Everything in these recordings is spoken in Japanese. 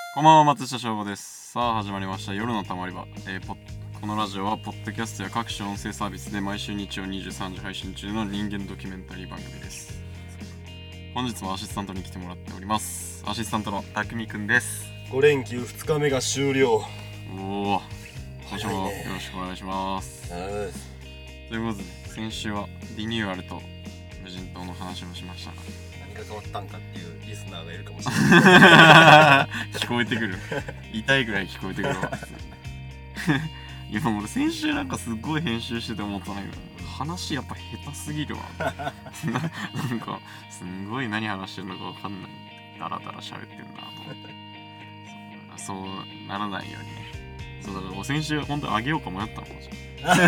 こんばんは、松下翔吾です。さあ始まりました夜のたまり場。このラジオはポッドキャストや各種音声サービスで毎週日曜23時配信中の人間ドキュメンタリー番組です。本日もアシスタントに来てもらっております。アシスタントのたくみくんです。 5連休2日目が終了。 おお、最初もよろしくお願いします。ということで先週はリニューアルと無人島の話をしましたが、 何が変わったんかっていうリスナーがいるかもしれない。 聞こえてくる。痛いぐらい聞こえてくるわ。今俺先週なんかすっごい編集してて思ったんだけど、話やっぱ下手すぎるわ。なんかすんごい何話してるのか分かんない。ダラダラ喋ってんなと思って。そうならないようにね。そうだから先週本当にあげようか迷ったのかもしれない。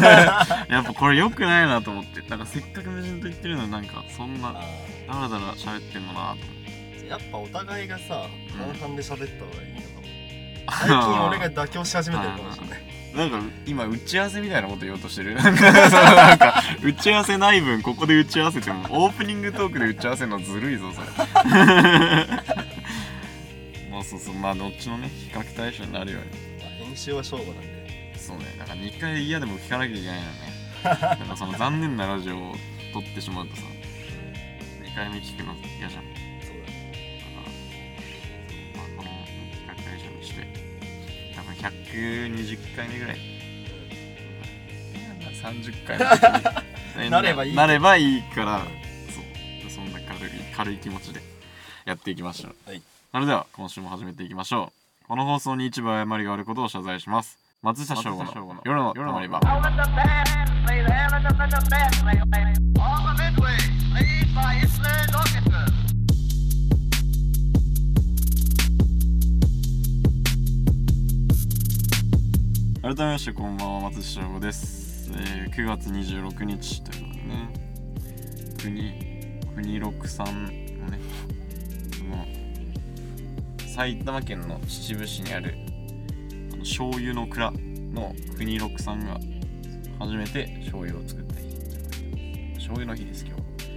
やっぱこれ良くないなと思って。なんかせっかく無人島行ってるのになんかそんなダラダラ喋ってんのなと思って。 やっぱお互いがさ、半々で喋った方がいいのかも。最近俺が妥協し始めてるかもしれない。 なんか今打ち合わせみたいなこと言おうとしてる。なんか打ち合わせない分ここで打ち合わせてもオープニングトークで打ち合わせるのずるいぞそれ。まあそうまあどっちのね比較対象になるように。 編集は勝負なんで。 そうね、だから2回嫌でも聞かなきゃいけないのね。だからその残念なラジオを撮ってしまうとさ、2回目聞くの嫌じゃん。 そうだね。 だからまあこの比較対象にして多分120回目ぐらい、30回目なればいいから、そんな軽い気持ちでやっていきましょう。 はい。 それでは今週も始めていきましょう。この放送に一部誤りがあることを謝罪します。松下翔吾の夜のたまり場。改めましてこんばんは、松下翔吾です。9月26日ということでね、国六さんのね、その埼玉県の秩父市にある醤油の蔵の国六さんが初めて醤油を作った日。醤油の日です今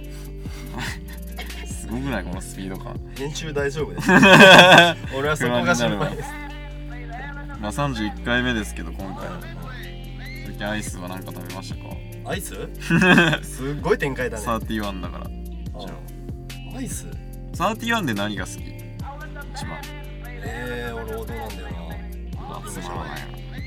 日。すごくないこのスピード感。 編集大丈夫です。俺はそこが心配です。 まあ31回目ですけど今回最近アイスは何か食べましたか？ アイスすっごい展開だね。 31だから。じゃあアイス 31で何が好き？一番。 俺王道なんだよな。 つまらない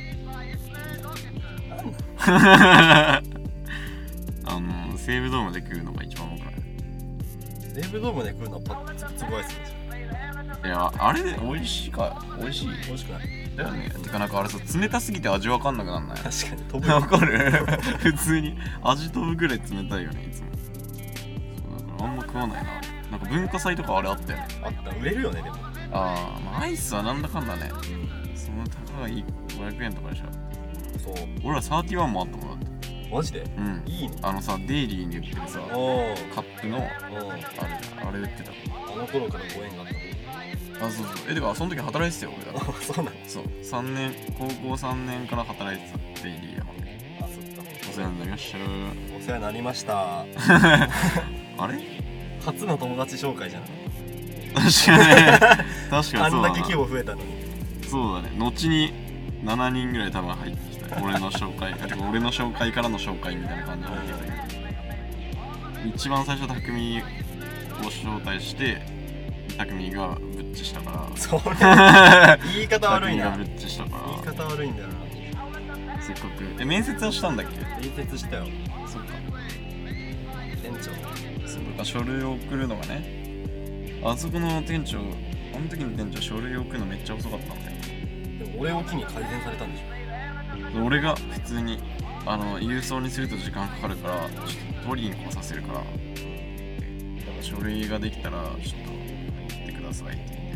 な。西武ドームで食うのが一番多くない？ 西武ドームで食うのはパッツブツブアイスでしいや、あれ美味しいか。美味しい。 ょ。美味しくない？ だよね。てかなんかあれさ、冷たすぎて味わかんなくなんない？ 確かに飛ぶ。 わかる？普通に味飛ぶぐらい冷たいよね、いつも。そうだからあんま食わないな。なんか文化祭とかあれあったよね。 あった、売れるよねでも。 まあアイスはなんだかんだね。その高い500円とかでしょ。 そう。 俺ら31もあったもんだって。 マジで？いいの？ さ、デイリーに売ってるさ、カップのあれ売ってた。 あの頃からご縁があったの？ そうでかその時働いてたよ俺だから。 そうなの？ そう高校3年から働いてたデイリー山で。 そっか。 お世話になりました。 お世話になりました。 あれ初の友達紹介じゃん。 確かにそうだな。 あんだけ規模増えたのに。 そうだね。後に7人ぐらい多分入ってきた。俺の紹介俺の紹介からの紹介みたいな感じになってたけど、一番最初匠を招待して匠がぶっちしたから。 それ言い方悪いな。 匠がぶっちしたから。 言い方悪いんだよな。 せっかく面接はしたんだっけ？ 面接したよ。 そっか。 店長。 そうか、書類を送るのがね。あそこの店長、あの時の店長書類を送るのめっちゃ遅かったんだよ。 でも俺を機に改善されたんでしょ。 俺が普通に郵送にすると時間かかるからちょっと取りに来させるから、書類ができたらちょっと行ってくださいって言って、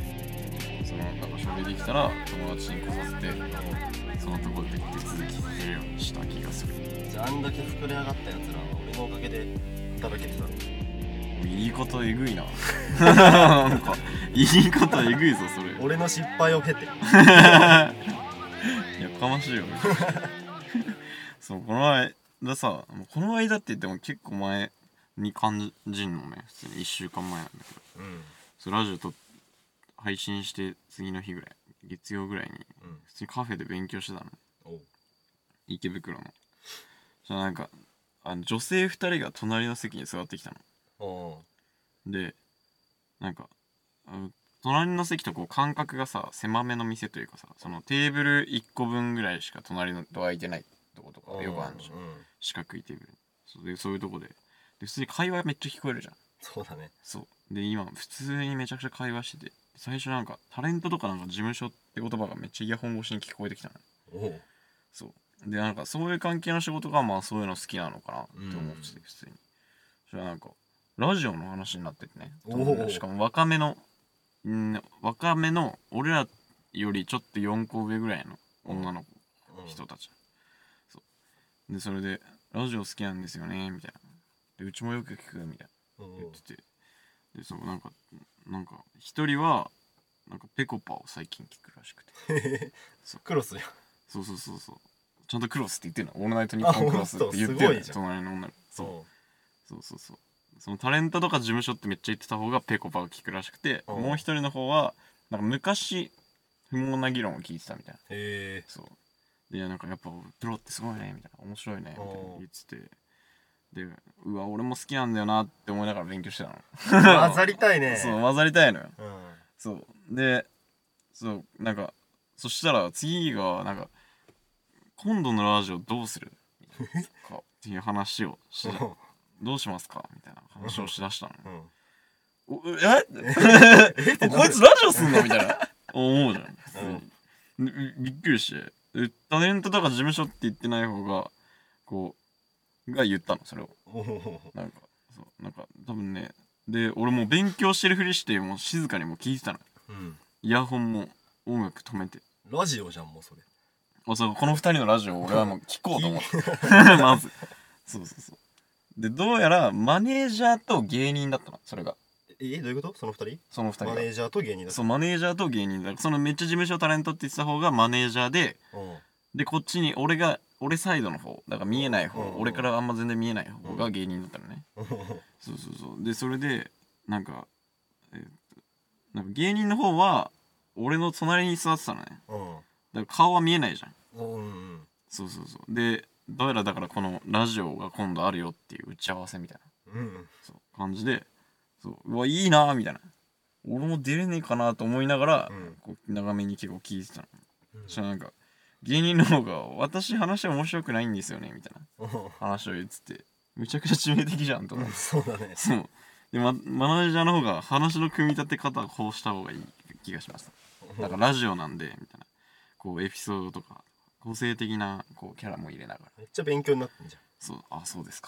そのなんか書類できたら友達に来させて、そのところで手続きさせるようにした気がする。 じゃああんだけ膨れ上がったやつらは俺のおかげで働けてたの。 言い方えぐいな。なんか言い方えぐいぞそれ。 俺の失敗を経て。 やかましいよ。そうこの間さ、この間って言っても結構前に感じんのね。普通に1週間前なんだけど、そうラジオと配信して次の日ぐらい月曜ぐらいに普通にカフェで勉強してたの、 おう池袋の。じゃなんか女性2人が隣の席に座ってきたの。でなんか隣の席とこう間隔がさ狭めの店というかさ、そのテーブル1個分ぐらいしか隣のドア空いてないとことかよくあるじゃん、四角いテーブル。そういうとこで普通に会話めっちゃ聞こえるじゃん。 そうだね。 そうで今普通にめちゃくちゃ会話してて、最初なんかタレントとかなんか事務所って言葉がめっちゃイヤホン越しに聞こえてきたの。そうでなんかそういう関係の仕事がまあそういうの好きなのかなって思ってて、普通にそれはなんかラジオの話になっててね。しかも若めの俺らよりちょっと4個上ぐらいの女の子、人たち。そうでそれでラジオ好きなんですよねみたいな。でうちもよく聞くみたいな言ってて、でそうなんか一人はなんかペコパを最近聞くらしくてクロスや。 そうちゃんとクロスって言ってるの。オールナイトニッポンクロスって言ってるの。隣の女の子。そうそのタレントとか事務所ってめっちゃ言ってた方がペコパを聞くらしくて、もう一人の方はなんか昔不毛な議論を聞いてたみたいな。そうでなんかやっぱプロってすごいねみたいな、面白いねみたいな言ってて、でうわ俺も好きなんだよなって思いながら勉強してたの。 混ざりたいね。 そう混ざりたいのよ。そうでそうなんかそしたら次がなんか今度のラジオどうするかっていう話をしてどうしますかみたいな話をしだしたの。こいつラジオすんのみたいな思うじゃん。びっくりしてタレントとか事務所って言ってない方がこうが言ったのそれを。なんか多分ね。で俺もう勉強してるふりしてもう静かにもう聞いてたの。イヤホンも音楽止めて。 ラジオじゃんもうそれ。 そうこの2人のラジオを俺はもう聞こうと思ってまずそうでどうやらマネージャーと芸人だったのそれが。 どういうこと？その2人マネージャーと芸人だった。 そうマネージャーと芸人だ。そのめっちゃ事務所タレントって言ってた方がマネージャーでこっちに俺サイドの方だから見えない方、俺からあんま全然見えない方が芸人だったのね。そうでそれでなんか芸人の方は俺の隣に座ってたのね。だから顔は見えないじゃん。そうでどうやらだからこのラジオが今度あるよっていう打ち合わせみたいな、そう感じでうわいいなーみたいな、俺も出れねえかなと思いながら、こう長めに結構聞いてたの。そしたらなんか芸人の方が私話面白くないんですよねみたいな話を言ってて、めちゃくちゃ致命的じゃんと思って。 そうだね。 そうで、マネージャーの方が話の組み立て方はこうした方がいい気がしました。だからラジオなんでみたいな、こうエピソードとか個性的なこうキャラも入れながら。 めっちゃ勉強になってんじゃん。 そうですか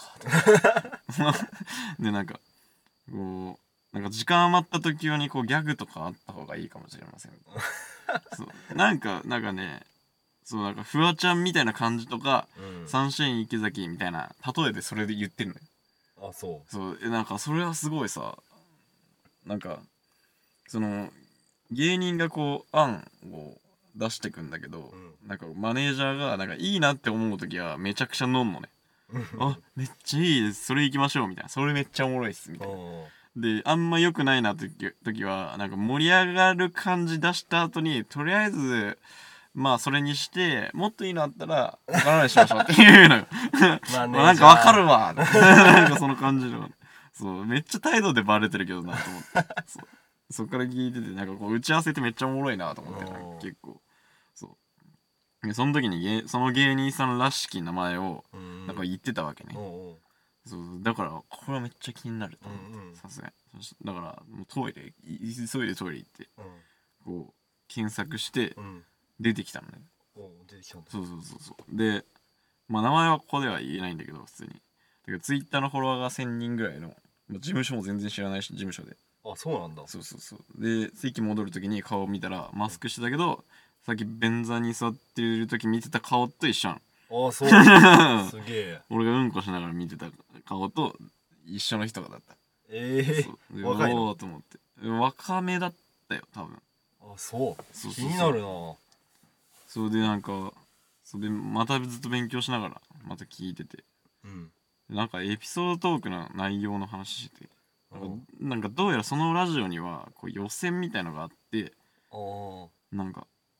でなんかこうなんか時間余った時用にこうギャグとかあった方がいいかもしれませんそうなんかね、そうなんかフワちゃんみたいな感じとか、サンシャイン池崎みたいな例えでそれで言ってるのよ。そうなんかそれはすごいさ、なんかその芸人がこう案を出してくんだけど、なんかマネージャーがなんかいいなって思う時はめちゃくちゃ飲んのねあめっちゃいいです、それ行きましょうみたいな、それめっちゃおもろいっすみたいな。であんま良くないな時はなんか盛り上がる感じ出した後にとりあえずまあそれにしてもっといいのあったら分からないにしましょうっていうのよなんか分かるわなんかその感じのそうめっちゃ態度でバレてるけどなと思ってそっから聞いててなんかこう打ち合わせってめっちゃおもろいなと思って結構そうでその時にその芸人さんらしき名前をなんか言ってたわけね。そうだからこれはめっちゃ気になると思ってさすがにだからもうトイレ急いでトイレ行ってこう検索して出てきたのね。 出てきたんだ。 そうでまあ名前はここでは言えないんだけど普通にだけどツイッターのフォロワーが1000人ぐらいの事務所も全然知らないし事務所で。 そうなんだ。 そうで席戻る時に顔を見たらマスクしてたけどさっき便座に座ってる時見てた顔と一緒なの。 そうすげえ俺がうんこしながら見てた顔と一緒の人がだった。 若いのと思って若めだったよ多分。 そう気になるな。 それでなんかそれでまたずっと勉強しながらまた聞いてて、なんかエピソードトークの内容の話してて、なんかどうやらそのラジオにはこう予選みたいのがあって、なんか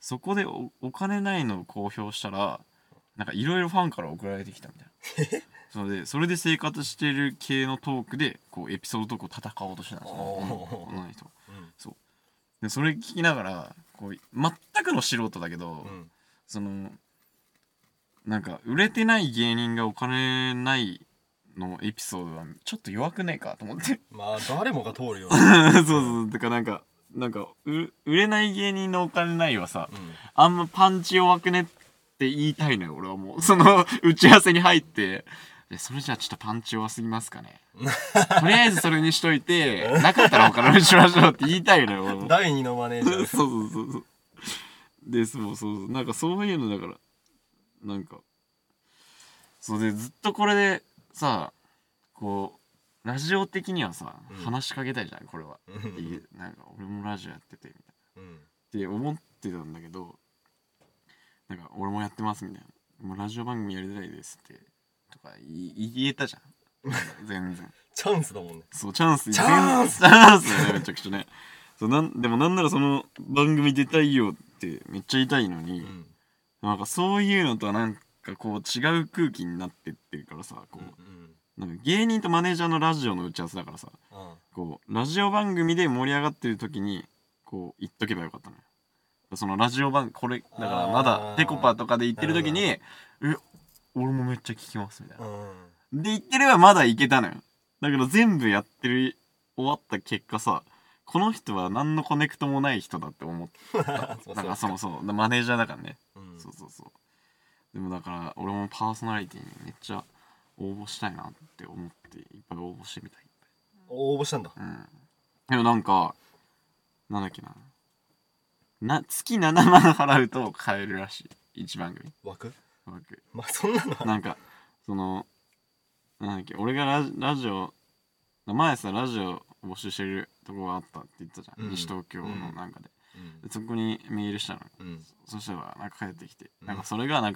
そこでお金ないのを公表したらなんかいろいろファンから送られてきたみたいなそれで生活してる系のトークでこうエピソードとこう戦おうとしてたんですよ女の人。そうでそれ聞きながらこう全くの素人だけど、そのなんか売れてない芸人がお金ないのエピソードはちょっと弱くねえかと思ってまあ誰もが通るよそうそうだからなんか売れない芸人のお金ないはさ、あんまパンチ弱くねって言いたいのよ俺はもうその打ち合わせに入ってそれじゃあちょっとパンチ弱すぎますかねとりあえずそれにしといてなかったら他のにしましょうって言いたいのよ俺も第二のマネージャーそうでそうなんかそういうのだからなんかそうでずっとこれでさこうラジオ的にはさ、話しかけたいじゃんこれはなんか俺もラジオやっててみたいな、って思ってたんだけどなんか俺もやってますみたいなもうラジオ番組やりたいですってとか言えたじゃん全然チャンスだもんね。 そうチャンスだよねめちゃくちゃねそうでもなんならその番組出たいよってめっちゃ言いたいのに、なんかそういうのとはなんかこう違う空気になってってるからさこう、なんか芸人とマネージャーのラジオの打ち合わせだからさ、こうラジオ番組で盛り上がってる時にこう言っとけばよかったのよ。そのラジオ番これだからまだペコパとかで言ってる時に俺もめっちゃ聞きますみたいな、で言ってればまだいけたのよ。だけど全部やってる終わった結果さこの人は何のコネクトもない人だって思ったなんかそうマネージャーだからね、そうでもだから俺もパーソナリティにめっちゃ応募したいなって思っていっぱい応募してみたい。 応募したんだ。 でもなんかなんだっけな月7万払うと買えるらしい1番組枠まあそんなのなんかそのなんだっけ俺がラジオ前さラジオ募集してるとこがあったって言ったじゃん、西東京のなんかで、そこにメールしたの、そしたらなんか返ってきて、なんかそれがなんか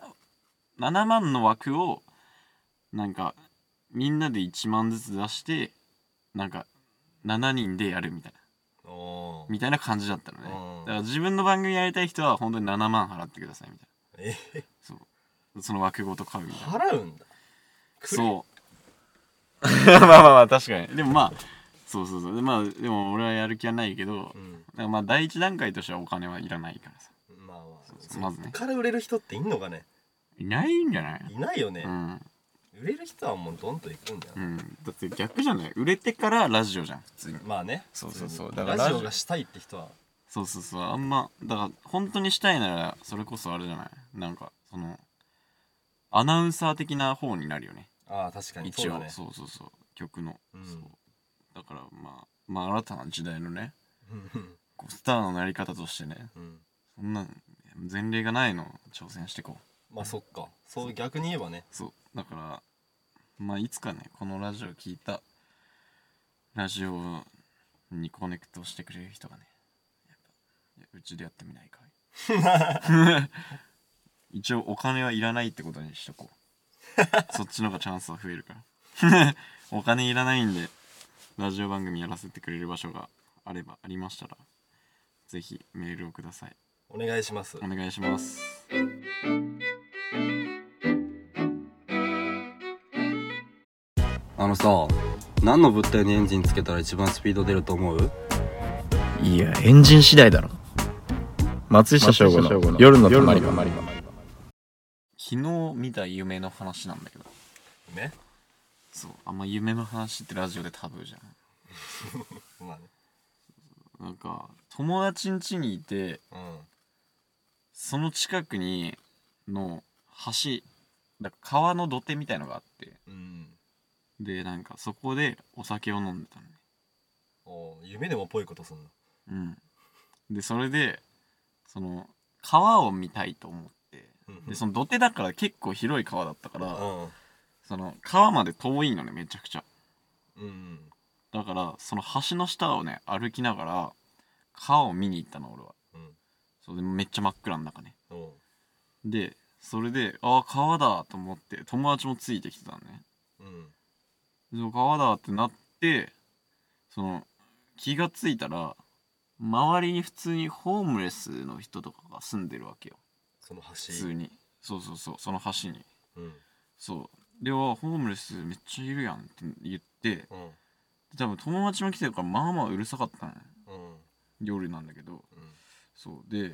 7万の枠をなんかみんなで1万ずつ出してなんか7人でやるみたいな感じだったのね。だから自分の番組やりたい人は本当に7万払ってくださいみたいな。その枠ごと買うみたいな。 払うんだ。 そうまあ確かにでもまあそうでも俺はやる気はないけど、まあ第一段階としてはお金はいらないからさ。まずねから売れる人っていんのかね。 いないんじゃない？ いないよね。売れる人はもうドンといくんだよ。 だって逆じゃない？売れてからラジオじゃん普通に。 まあね。 そうだからラジオがしたいって人はそうあんまだから本当にしたいならそれこそあれじゃない？なんかそのアナウンサー的な方になるよね。 確かに一応そう曲の、だからまあ新たな時代のねこうスターのなり方としてね、そんな前例がないのを挑戦していこう。まあそっかそう逆に言えばね。 そうだからまあいつかねこのラジオ聞いたラジオにコネクトしてくれる人がねやっぱうちでやってみないかい一応お金はいらないってことにしとこうそっちの方がチャンスは増えるからお金いらないんでラジオ番組やらせてくれる場所がありましたらぜひメールをください。 お願いします。 お願いします。 さ何の物体にエンジンつけたら一番スピード出ると思う？ いやエンジン次第だろ。松下翔吾の夜のたまり場。 昨日見た夢の話なんだけどね。 そうあんま夢の話ってラジオでタブーじゃんまあね。 なんか友達ん家にいて、その近くにの橋だから川の土手みたいのがあって、でなんかそこでお酒を飲んでたのね。 夢でもぽいことすんの。 でそれでその川を見たいと思って、でその土手だから結構広い川だったから、その川まで遠いのねめちゃくちゃ。だからその橋の下をね歩きながら川を見に行ったの俺は。そうでめっちゃ真っ暗の中ね。でそれで川だと思って友達もついてきてたのね。で川だってなってその気がついたら周りに普通にホームレスの人とかが住んでるわけよ。 その橋。 普通に。そうその橋に。 うん。 そうではホームレスめっちゃいるやんって言って、 うん。 多分友達も来てるからまあまあうるさかったのよ。 うん。 夜なんだけど、 うん。 そうで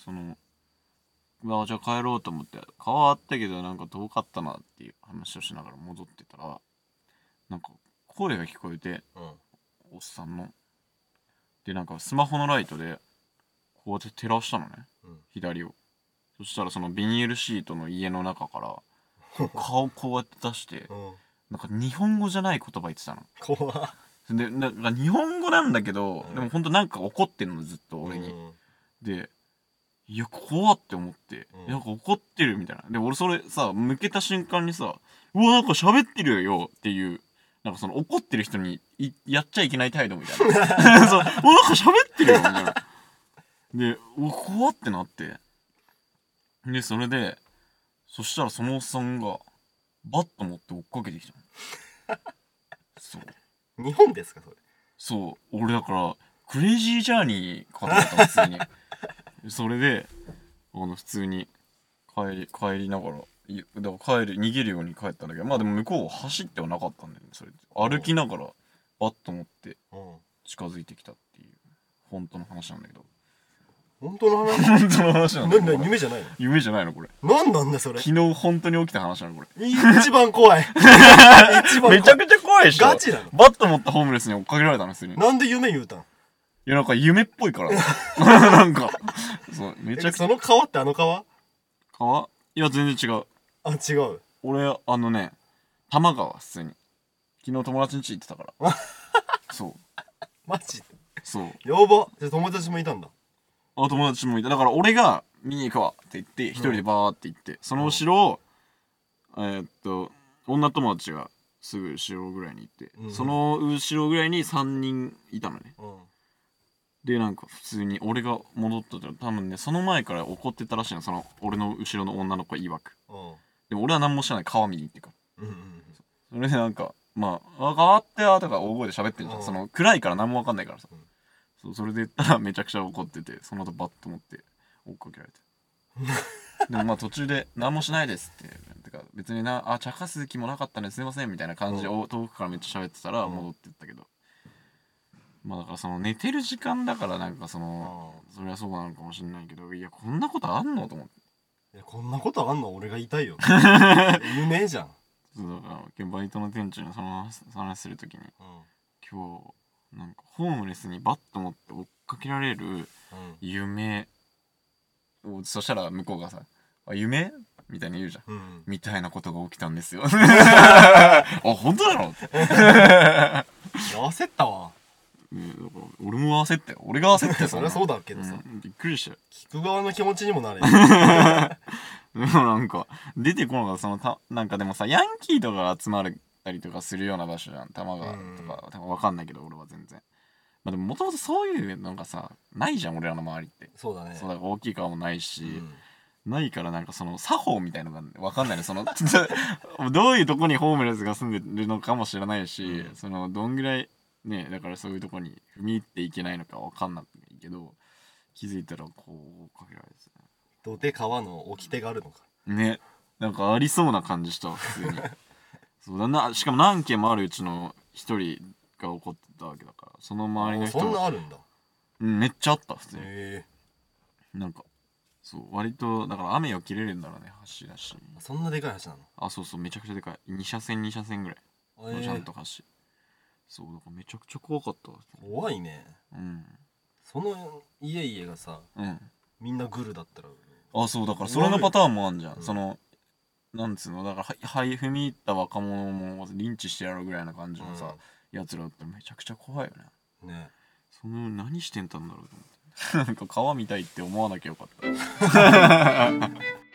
じゃあ帰ろうと思って川あったけどなんか遠かったなっていう話をしながら戻ってたらなんか声が聞こえて、 うん。 おっさんのでなんかスマホのライトでこうやって照らしたのね、 うん。 左を。そしたらそのビニールシートの家の中から顔こうやって出してうん。 なんか日本語じゃない言葉言ってたの。 怖っ。 でなんか日本語なんだけど、 うんでもほんとなんか怒ってんのずっと俺に、 うん。 でいや怖って思って、 うんなんか怒ってるみたいな。で俺それさ向けた瞬間にさうわなんか喋ってるよっていうなんかその怒ってる人にやっちゃいけない態度みたいなそううわなんか喋ってるよみたいなでうわ怖ってなってでそれでそしたらそのおっさんがバット持って追っかけてきたのそう日本ですかそれ。 そう俺だからクレイジージャーニーかと思ったの普通にそれで普通に帰りながらだから逃げるように帰ったんだけどまあでも向こうは走ってはなかったんだよね。それで歩きながらバット持ってうん。 近づいてきたっていう本当の話なんだけど本当の話。 本当の話なんだけど夢じゃないの？ 夢じゃないのこれ。 なんなんだそれ。 昨日本当に起きた話なのこれ。 一番怖い。一番怖い。 めちゃくちゃ怖いでしょ。 ガチなの？ バット持ったホームレスに追っかけられたの普通に。 なんで夢言うたん？ いやなんか夢っぽいからなんかそうめちゃくちゃその川ってあの川？ 川いや全然違う。 あ、違う。 俺多摩川普通に昨日友達ん家行ってたからそうマジ？ そうやば。じゃあ友達もいたんだ。 友達もいた。だから俺が見に行くわって言って一人でバーって行って、その後ろを女友達がすぐ後ろぐらいにいて、その後ろぐらいに3人いたのね。でなんか普通に俺が戻ったら多分ねその前から怒ってたらしいのその俺の後ろの女の子曰く。でも俺は何も知らない川見に行ってから。それでなんかまあ「変わってよ」とか大声で喋ってるじゃん。その暗いから何も分かんないからさ。それで言ったらめちゃくちゃ怒っててその後バッと持って追っかけられてでもまあ途中で「何もしないです」っててか別に茶化す気もなかったねすいませんみたいな感じで遠くからめっちゃ喋ってたら戻ってったけどまあだからその寝てる時間だからなんかそれはそうなのかもしれないけどいやこんなことあんのと思って。 いやこんなことあんの俺が言いたいよ夢じゃん。 そうだから今日バイトの店長にその話するときに今日なんかホームレスにバット持って追っかけられる夢をそしたら向こうがさ「あ夢?」みたいに言うじゃん、みたいなことが起きたんですよあ本当だろって焦ったわ。 だから俺も焦ったよ。俺が焦ってそりゃそうだけどさ、 びっくりしたよ。 聞く側の気持ちにもなれでもなんか出てこなかったなんかでもさヤンキーとかが集まったりとかするような場所じゃん多摩川とか多分分かんないけど俺は全然まあでももともとそういうのがさないじゃん俺らの周りって。 そうだね。 そうだから大きい川もないし、ないからなんかその作法みたいのが分かんないねどういうとこにホームレスが住んでるのかも知らないし、そのどんぐらいねだからそういうとこに踏み入っていけないのか分かんないけど気づいたらこうかけられて土手川の掟があるのかねなんかありそうな感じしたわ普通にそうだな。しかも何件もあるうちの一人が怒ってたわけだからその周りの人そんなあるんだ。 めっちゃあった普通に。 へなんかそう割とだから雨を切れるんだろうね橋だし。 そんなでかい橋なの？ あそうめちゃくちゃでかい2車線ぐらいのちゃんと橋。そうだからめちゃくちゃ怖かったわ。 怖いね。その家がさみんなグルだったらあそうだからそれのパターンもあんじゃん。そのなんつうのだから踏み入った若者もリンチしてやるぐらいな感じのさやつらだったらめちゃくちゃ怖いよね。 ねその何してんだんだろうと思ってなんか川見たいって思わなきゃよかった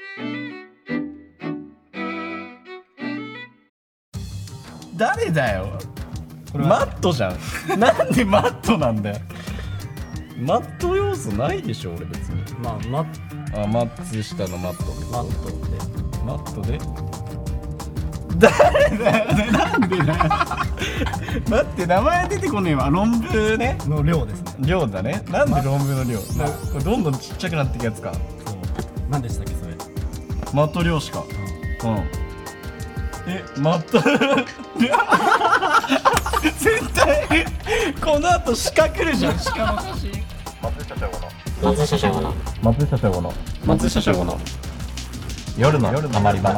誰だよマットじゃんなんでマットなんだよマット要素ないでしょ俺別に。 まあ松下のマットってマットってマットで誰だよね、なんでだよ待って名前出てこねえわ。論文ね、 の量ですね。 量だね。なんで論文の量、これどんどんちっちゃくなっていくやつか。 そう。何でしたっけそれ。 マット量子か。マット絶対この後鹿来るじゃん。鹿の写真。松下翔吾の夜のたまり場。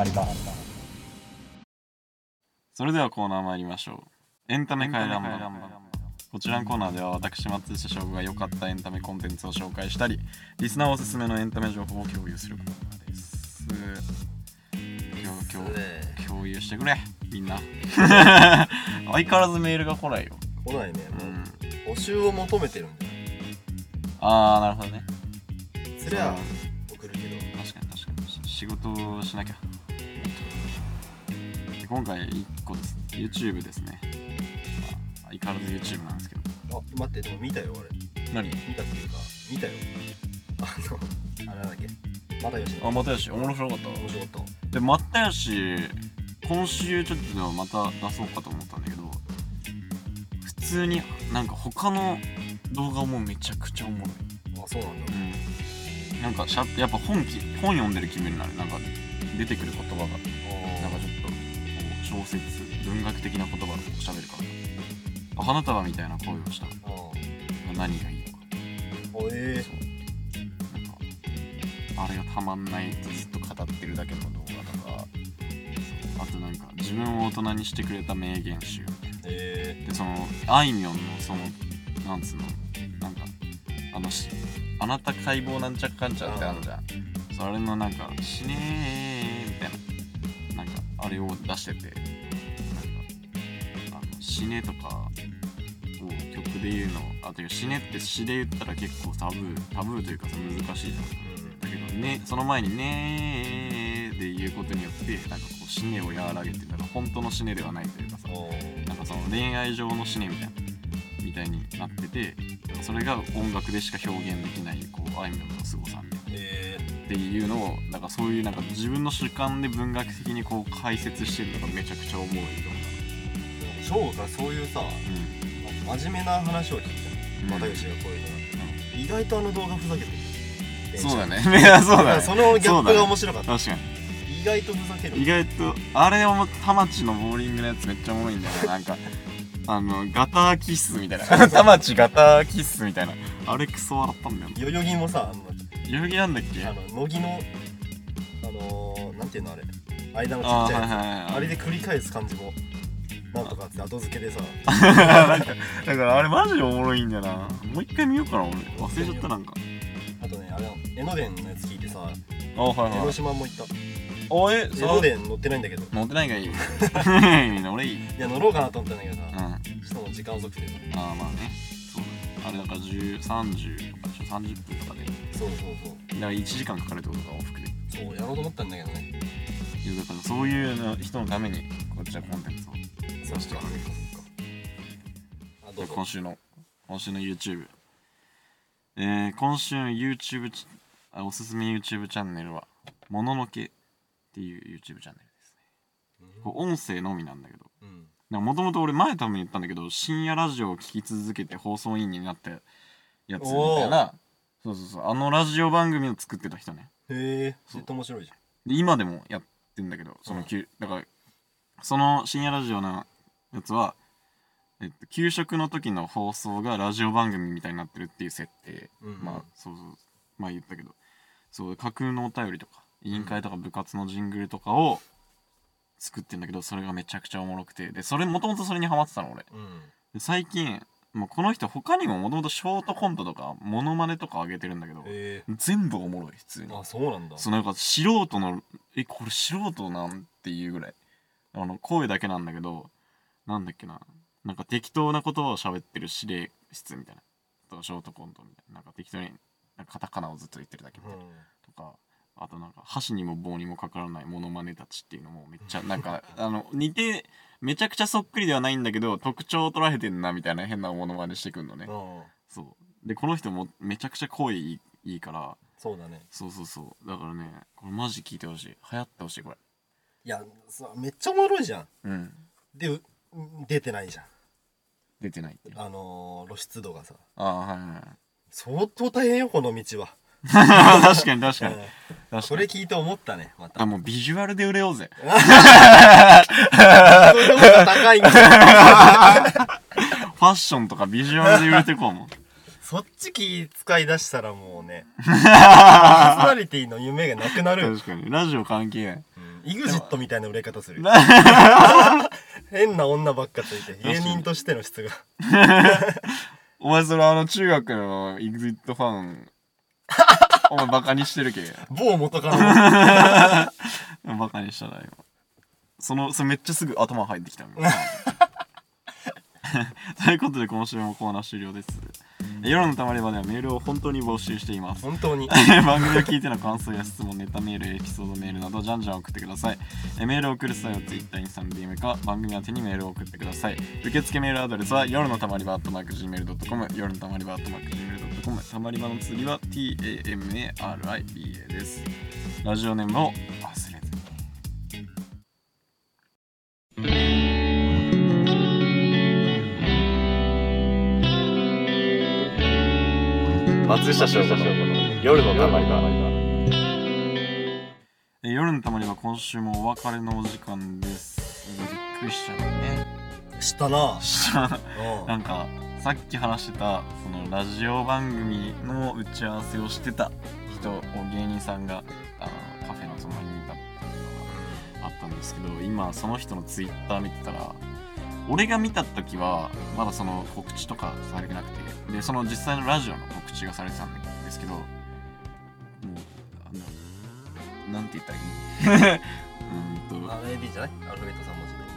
それではコーナー参りましょう。エンタメ回覧板。こちらのコーナーでは私松下翔吾が良かったエンタメコンテンツを紹介したり、リスナーおすすめのエンタメ情報を共有するコーナーです。共有してくれみんな相変わらずメールが来ないよ。 来ないね。もう募集を求めてるんだよ。 あー、なるほどね。 そりゃ送るけど。 確かに仕事をしなきゃ。で今回1個です。 YouTube ですね。相変わらず YouTube なんですけど。 待って、でも見たよ俺。 何？ 見たっていうか見たよ。あれなんだっけ、又吉の。 又吉面白かった。 面白かった。 で又吉今週ちょっとまた出そうかと思ったんだけど、普通になんか他の動画もめちゃくちゃおもろい。 あ、そうなんだ。 なんかやっぱ本読んでる気分になる。なんか出てくる言葉がなんかちょっとこう小説文学的な言葉を喋るから、花束みたいな声をした何がいいのか。 そうなんかあれがたまんないってずっと語ってるだけの動画とか、あとなんか自分を大人にしてくれた名言集で、そのあいみょんのそのなんつうの、なんかあなた解剖なんちゃかんちゃってあるじゃん。それのなんか死ねーみたいな、なんかあれを出してて、なんか死ねとかを曲で言うの、てか死ねって詩で言ったら結構タブーというかさ難しいじゃん。だけどね、その前にねーで言うことによってなんかこう死ねを和らげて、なんか本当の死ねではないというかさ、なんかその恋愛上の死ねみたいになってて、それが音楽でしか表現できないこうあいみょんの凄さみたいな、っていうのをなんかそういうなんか自分の主観で文学的にこう解説してるのがめちゃくちゃおもろいと思う。 翔吾がそういうさ、真面目な話を聞いたの。又吉がこういうの、意外とあの動画ふざけてる。 そうだね。いやそうだね。 そのギャップが面白かった。 確かに。 意外とふざける。 意外とあれを田町のボーリングのやつめっちゃおもろいんだよね。なんかガターキッスみたいな。田町ガターキッスみたいな。あれクソ笑ったんだよね。 代々木もさ、 代々木なんだっけ？ 乃木のなんていうのあれ、間のちっちゃいやつ、あれで繰り返す感じもなんとかって後付けでさなんかだからあれマジでおもろいんだよな。もう一回見ようかな。俺忘れちゃった。なんかあとね、あれ江ノ電のやつ聞いてさ、江ノ島も行った。江ノ電乗ってないんだけど。 乗ってないがいいよ。乗れいい。 いや乗ろうかなと思ったんだけどさ、しかも時間遅くてさ。 まあね、そうだね。あれだから30とか30分とかで。 そうだから1時間かかるってことか、往復で。 そうやろうと思ったんだけどね。 いやだからそういう人のためにこっちはコンテンツをさせてくれる。今週の YouTube、今週の YouTube おすすめ YouTube チャンネルはもののけっていう YouTube チャンネルですね。こう音声のみなんだけど、もともと俺前多分言ったんだけど、深夜ラジオを聞き続けて放送委員になったやつみたいな、そうラジオ番組を作ってた人ね。 へえ、ずっと面白いじゃん。 で今でもやってんだけど、だからその深夜ラジオのやつは給食の時の放送がラジオ番組みたいになってるっていう設定、まあ言ったけど、架空のお便りとか委員会とか部活のジングルとかを作ってんだけど、それがめちゃくちゃおもろくて、でそれもともとそれにハマってたの俺、で最近もうこの人他にももともとショートコントとかモノマネとか上げてるんだけど、全部おもろい。普通に。 あ、そうなんだ。 なんか素人のこれ素人なんていうぐらい声だけなんだけど、なんだっけな、なんか適当な言葉を喋ってる指令室みたいな、ショートコントみたいな、なんか適当になんかカタカナをずっと言ってるだけみたいな、とか、あとなんか箸にも棒にもかからないモノマネたちっていうのもめっちゃなんか似てめちゃくちゃそっくりではないんだけど特徴を捉えてんなみたいな変なモノマネしてくんのね。そうでこの人もめちゃくちゃ声いいから。 そうだね。 そうだからね、これマジ聞いてほしい。流行ってほしいこれ。 いやめっちゃおもろいじゃん。 うんで出てないじゃん。 出てないって。 露出度がさああはいはい相当大変よこの道は。 確かに確かに確そかに。 れ聞いて思ったねまた。 あもうビジュアルで売れようぜ。 それも高いんだよ。 ファッションとかビジュアルで売れてこうもん。 そっち気使い出したらもうねパーソナリティの夢がなくなる。 確かにラジオ関係ない。 EXIT みたいな売れ方する。変な女ばっかついて芸人としての質が。 お前それ中学の EXIT ファンお前バカにしてるけ。 某元カノ。 バカにしたな今。それめっちゃすぐ頭入ってきたもん。ということで今週もコーナー終了です。夜のたまり場ではメールを本当に募集しています。 本当に番組を聞いての感想や質問、ネタメール、エピソードメールなどじゃんじゃん送ってください。メールを送る際は Twitter、インスタの DM か番組宛てにメールを送ってください。受付メールアドレスは夜のたまり場 @gmail.com、 夜のたまり場 @gmail.com、 たまり場の次は TAMARIBA です。ラジオネームを忘れずに。 松下翔吾の夜のたまり場。 夜のたまりは今週もお別れのお時間です。びっくりしちゃうね。 したな。 なんかさっき話してたそのラジオ番組の打ち合わせをしてた人を芸人さんがカフェの隣にいたっていうのがあったんですけど、今その人のツイッター見てたら、俺が見た時はまだその告知とかされてなくて、でその実際のラジオの告知がされてたんですけど、もうなんて言ったらいい AD じゃないアルファベット3文字で。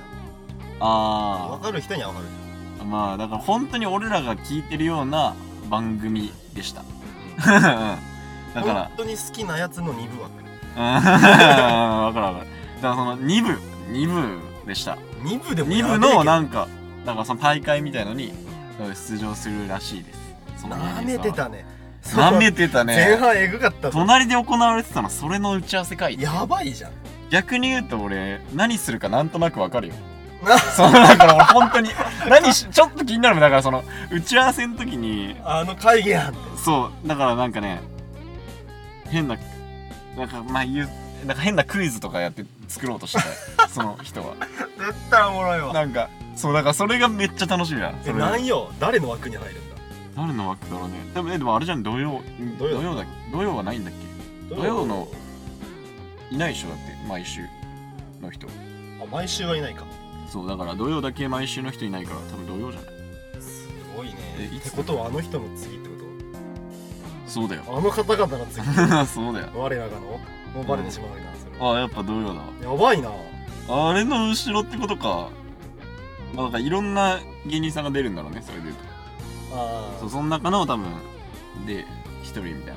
あ分かる人には分かる。 あまあだから本当に俺らが聞いてるような番組でした。だから本当に好きなやつの2部枠。 分かる分かる。だからその2部でした。 2部でも 2部のなんかその大会みたいのに出場するらしいです。そのなめてたね。 なめてたね。 前半エグかったぞ。 隣で行われてたのそれの打ち合わせ会。 やばいじゃん。 逆に言うと俺何するかなんとなく分かるよ。そうだから俺本当にちょっと気になるもん。だからその打ち合わせの時に会議やんって。 そうだからなんかね、変ななんかなんか変なクイズとかやって作ろうとしてその人は絶対おもろいわ。 なんかそうだからそれがめっちゃ楽しみだ。 何よ誰の枠に入るんだ。 誰の枠だろうね。でもあれじゃん、土曜はないんだっけ。土曜のいないでしょだって毎週の人。 毎週はいないか。 そうだから土曜だけ毎週の人いないから多分土曜じゃない。 すごいね。 いつってことはあの人の次ってこそうだよ。 と。あの方々の次。 そうだよ。 我らがのもうバレてしまうなそれ。 あやっぱ土曜だわ。 やばいな。 あれの後ろってことか。まあだからいろんな芸人さんが出るんだろうね、それで言うと。そうその中の多分で一人みたいな。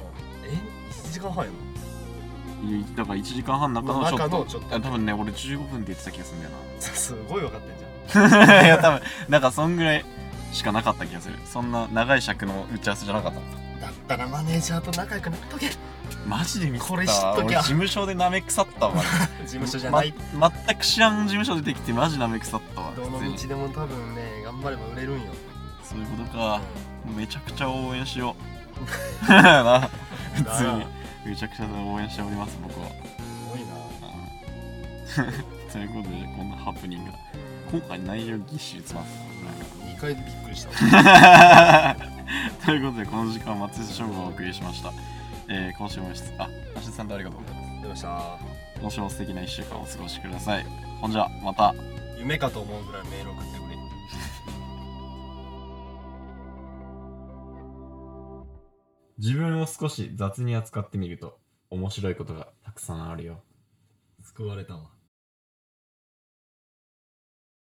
1時間半やの。 だから1時間半の中のちょっと多分ね俺15分で言ってた気がするんだよな。 すごい分かってんじゃん。 いや多分なんかそんぐらいしかなかった気がする。そんな長い尺の打ち合わせじゃなかった。 だったらマネージャーと仲良くなっとけ。 マジでミスった。 これ知っときゃ俺事務所でなめ腐ったわ。 事務所じゃない、 全く知らん事務所出てきてマジなめ腐ったわ。 どの道でも多分ね頑張れば売れるんよ。 そういうことか。めちゃくちゃ応援しよう。普通にめちゃくちゃ応援しております僕は。 すごいな。 ということでこんなハプニングが今回内容ぎっしり詰まって 2回びっくりした。 ということでこの時間は松下翔吾がお送りしました。今週も橋田さんとありがとうございます。 ありがとうございました。 今週も素敵な1週間をお過ごしください。ほんじゃまた。 夢かと思うぐらいメール送ってくれ。 自分を少し雑に扱ってみると面白いことがたくさんあるよ。 救われたわ。